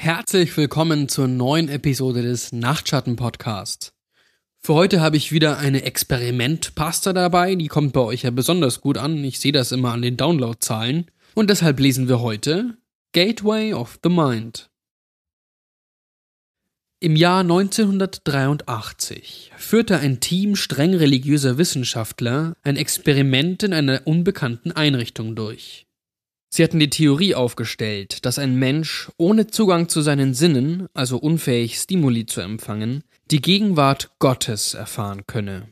Herzlich willkommen zur neuen Episode des Nachtschatten-Podcasts. Für heute habe ich wieder eine Experimentpasta dabei, die kommt bei euch ja besonders gut an, ich sehe das immer an den Downloadzahlen. Und deshalb lesen wir heute Gateway of the Mind. Im Jahr 1983 führte ein Team streng religiöser Wissenschaftler ein Experiment in einer unbekannten Einrichtung durch. Sie hatten die Theorie aufgestellt, dass ein Mensch ohne Zugang zu seinen Sinnen, also unfähig Stimuli zu empfangen, die Gegenwart Gottes erfahren könne.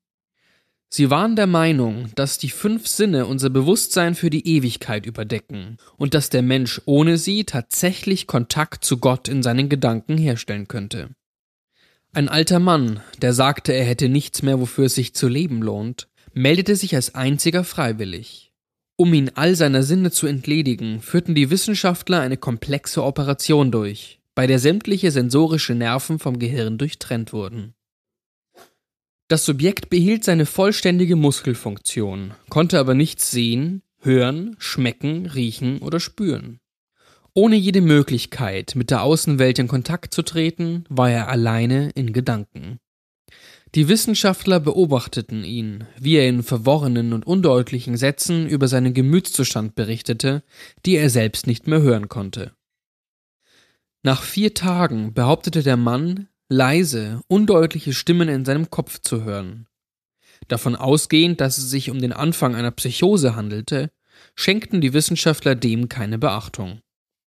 Sie waren der Meinung, dass die 5 Sinne unser Bewusstsein für die Ewigkeit überdecken und dass der Mensch ohne sie tatsächlich Kontakt zu Gott in seinen Gedanken herstellen könnte. Ein alter Mann, der sagte, er hätte nichts mehr, wofür es sich zu leben lohnt, meldete sich als einziger freiwillig. Um ihn all seiner Sinne zu entledigen, führten die Wissenschaftler eine komplexe Operation durch, bei der sämtliche sensorische Nerven vom Gehirn durchtrennt wurden. Das Subjekt behielt seine vollständige Muskelfunktion, konnte aber nichts sehen, hören, schmecken, riechen oder spüren. Ohne jede Möglichkeit, mit der Außenwelt in Kontakt zu treten, war er alleine in Gedanken. Die Wissenschaftler beobachteten ihn, wie er in verworrenen und undeutlichen Sätzen über seinen Gemütszustand berichtete, die er selbst nicht mehr hören konnte. Nach 4 Tagen behauptete der Mann, leise, undeutliche Stimmen in seinem Kopf zu hören. Davon ausgehend, dass es sich um den Anfang einer Psychose handelte, schenkten die Wissenschaftler dem keine Beachtung.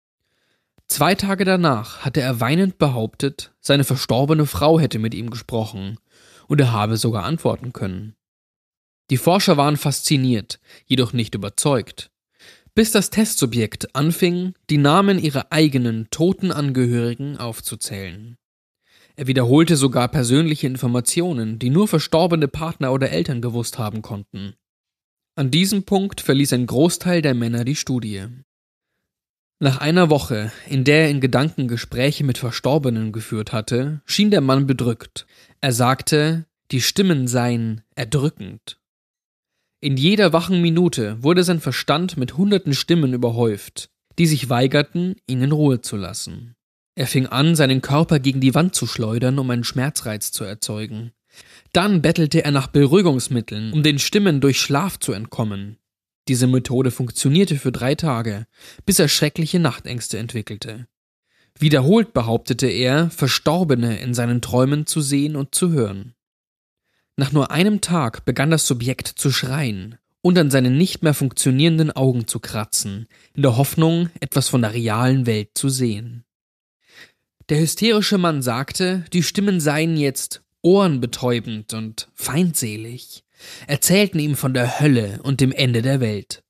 2 Tage danach hatte er weinend behauptet, seine verstorbene Frau hätte mit ihm gesprochen, und er habe sogar antworten können. Die Forscher waren fasziniert, jedoch nicht überzeugt, bis das Testsubjekt anfing, die Namen ihrer eigenen toten Angehörigen aufzuzählen. Er wiederholte sogar persönliche Informationen, die nur verstorbene Partner oder Eltern gewusst haben konnten. An diesem Punkt verließ ein Großteil der Männer die Studie. Nach einer Woche, in der er in Gedanken Gespräche mit Verstorbenen geführt hatte, schien der Mann bedrückt. Er sagte, die Stimmen seien erdrückend. In jeder wachen Minute wurde sein Verstand mit hunderten Stimmen überhäuft, die sich weigerten, ihn in Ruhe zu lassen. Er fing an, seinen Körper gegen die Wand zu schleudern, um einen Schmerzreiz zu erzeugen. Dann bettelte er nach Beruhigungsmitteln, um den Stimmen durch Schlaf zu entkommen. Diese Methode funktionierte für 3 Tage, bis er schreckliche Nachtängste entwickelte. Wiederholt behauptete er, Verstorbene in seinen Träumen zu sehen und zu hören. Nach nur einem Tag begann das Subjekt zu schreien und an seinen nicht mehr funktionierenden Augen zu kratzen, in der Hoffnung, etwas von der realen Welt zu sehen. Der hysterische Mann sagte, die Stimmen seien jetzt ohrenbetäubend und feindselig, erzählten ihm von der Hölle und dem Ende der Welt.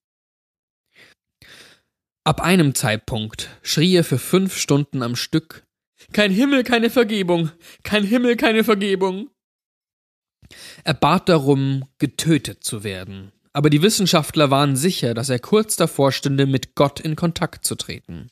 Ab einem Zeitpunkt schrie er für 5 Stunden am Stück: Kein Himmel, keine Vergebung! Kein Himmel, keine Vergebung! Er bat darum, getötet zu werden, aber die Wissenschaftler waren sicher, dass er kurz davor stünde, mit Gott in Kontakt zu treten.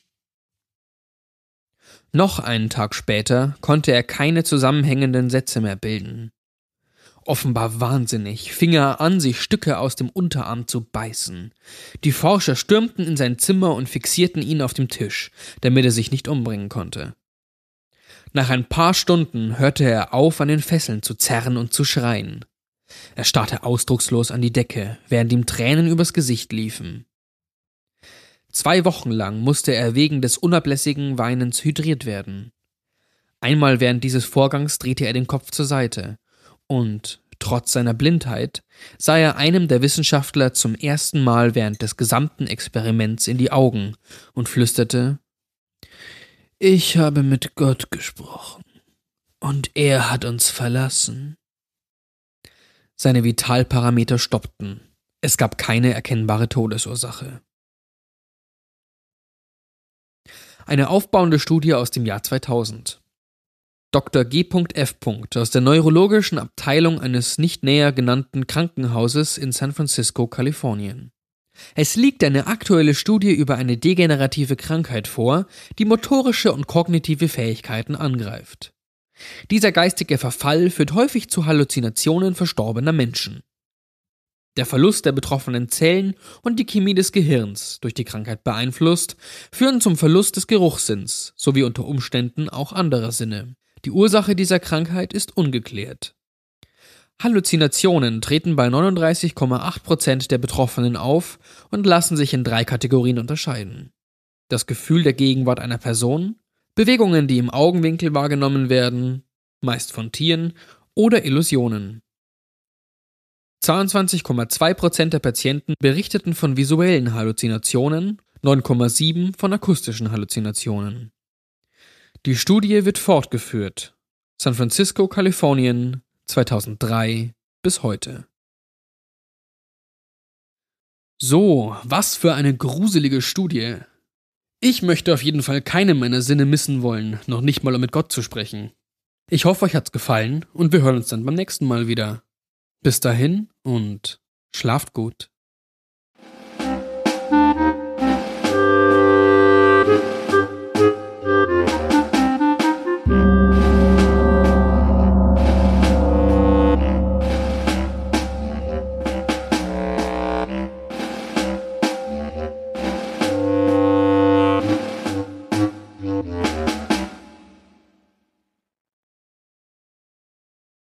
Noch einen Tag später konnte er keine zusammenhängenden Sätze mehr bilden. Offenbar wahnsinnig fing er an, sich Stücke aus dem Unterarm zu beißen. Die Forscher stürmten in sein Zimmer und fixierten ihn auf dem Tisch, damit er sich nicht umbringen konnte. Nach ein paar Stunden hörte er auf, an den Fesseln zu zerren und zu schreien. Er starrte ausdruckslos an die Decke, während ihm Tränen übers Gesicht liefen. 2 Wochen lang musste er wegen des unablässigen Weinens hydriert werden. Einmal während dieses Vorgangs drehte er den Kopf zur Seite. Und, trotz seiner Blindheit, sah er einem der Wissenschaftler zum ersten Mal während des gesamten Experiments in die Augen und flüsterte: Ich habe mit Gott gesprochen, und er hat uns verlassen. Seine Vitalparameter stoppten. Es gab keine erkennbare Todesursache. Eine aufbauende Studie aus dem Jahr 2000. Dr. G.F. aus der neurologischen Abteilung eines nicht näher genannten Krankenhauses in San Francisco, Kalifornien. Es liegt eine aktuelle Studie über eine degenerative Krankheit vor, die motorische und kognitive Fähigkeiten angreift. Dieser geistige Verfall führt häufig zu Halluzinationen verstorbener Menschen. Der Verlust der betroffenen Zellen und die Chemie des Gehirns, durch die Krankheit beeinflusst, führen zum Verlust des Geruchssinns sowie unter Umständen auch anderer Sinne. Die Ursache dieser Krankheit ist ungeklärt. Halluzinationen treten bei 39,8% der Betroffenen auf und lassen sich in 3 Kategorien unterscheiden: Das Gefühl der Gegenwart einer Person, Bewegungen, die im Augenwinkel wahrgenommen werden, meist von Tieren, oder Illusionen. 22,2% der Patienten berichteten von visuellen Halluzinationen, 9,7% von akustischen Halluzinationen. Die Studie wird fortgeführt. San Francisco, Kalifornien, 2003 bis heute. So, was für eine gruselige Studie. Ich möchte auf jeden Fall keine meiner Sinne missen wollen, noch nicht mal um mit Gott zu sprechen. Ich hoffe, euch hat's gefallen und wir hören uns dann beim nächsten Mal wieder. Bis dahin und schlaft gut.